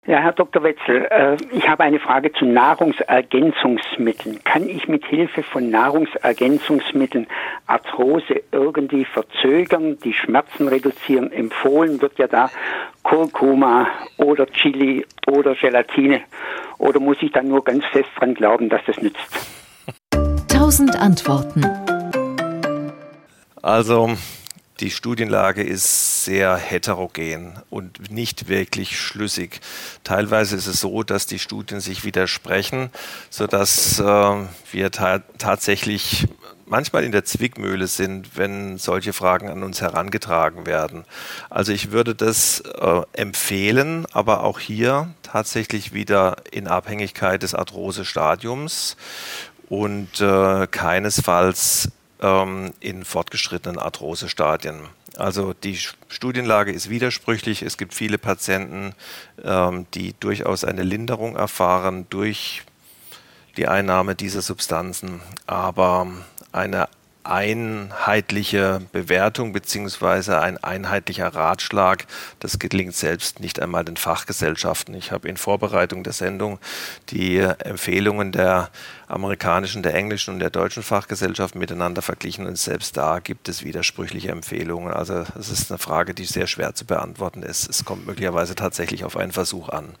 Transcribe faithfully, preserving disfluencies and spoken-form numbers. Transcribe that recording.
Ja, Herr Doktor Wetzel, äh, ich habe eine Frage zu Nahrungsergänzungsmitteln. Kann ich mit Hilfe von Nahrungsergänzungsmitteln Arthrose irgendwie verzögern, die Schmerzen reduzieren? Empfohlen wird ja da Kurkuma oder Chili oder Gelatine. Oder muss ich dann nur ganz fest dran glauben, dass das nützt? Tausend Antworten. Also, die Studienlage ist sehr heterogen und nicht wirklich schlüssig. Teilweise ist es so, dass die Studien sich widersprechen, sodass äh, wir ta- tatsächlich manchmal in der Zwickmühle sind, wenn solche Fragen an uns herangetragen werden. Also ich würde das äh, empfehlen, aber auch hier tatsächlich wieder in Abhängigkeit des Arthrosestadiums und äh, keinesfalls in fortgeschrittenen Arthrosestadien. Also die Studienlage ist widersprüchlich. Es gibt viele Patienten, die durchaus eine Linderung erfahren durch die Einnahme dieser Substanzen, aber eine einheitliche Bewertung bzw. ein einheitlicher Ratschlag, das gelingt selbst nicht einmal den Fachgesellschaften. Ich habe in Vorbereitung der Sendung die Empfehlungen der amerikanischen, der englischen und der deutschen Fachgesellschaft miteinander verglichen und selbst da gibt es widersprüchliche Empfehlungen. Also es ist eine Frage, die sehr schwer zu beantworten ist. Es kommt möglicherweise tatsächlich auf einen Versuch an.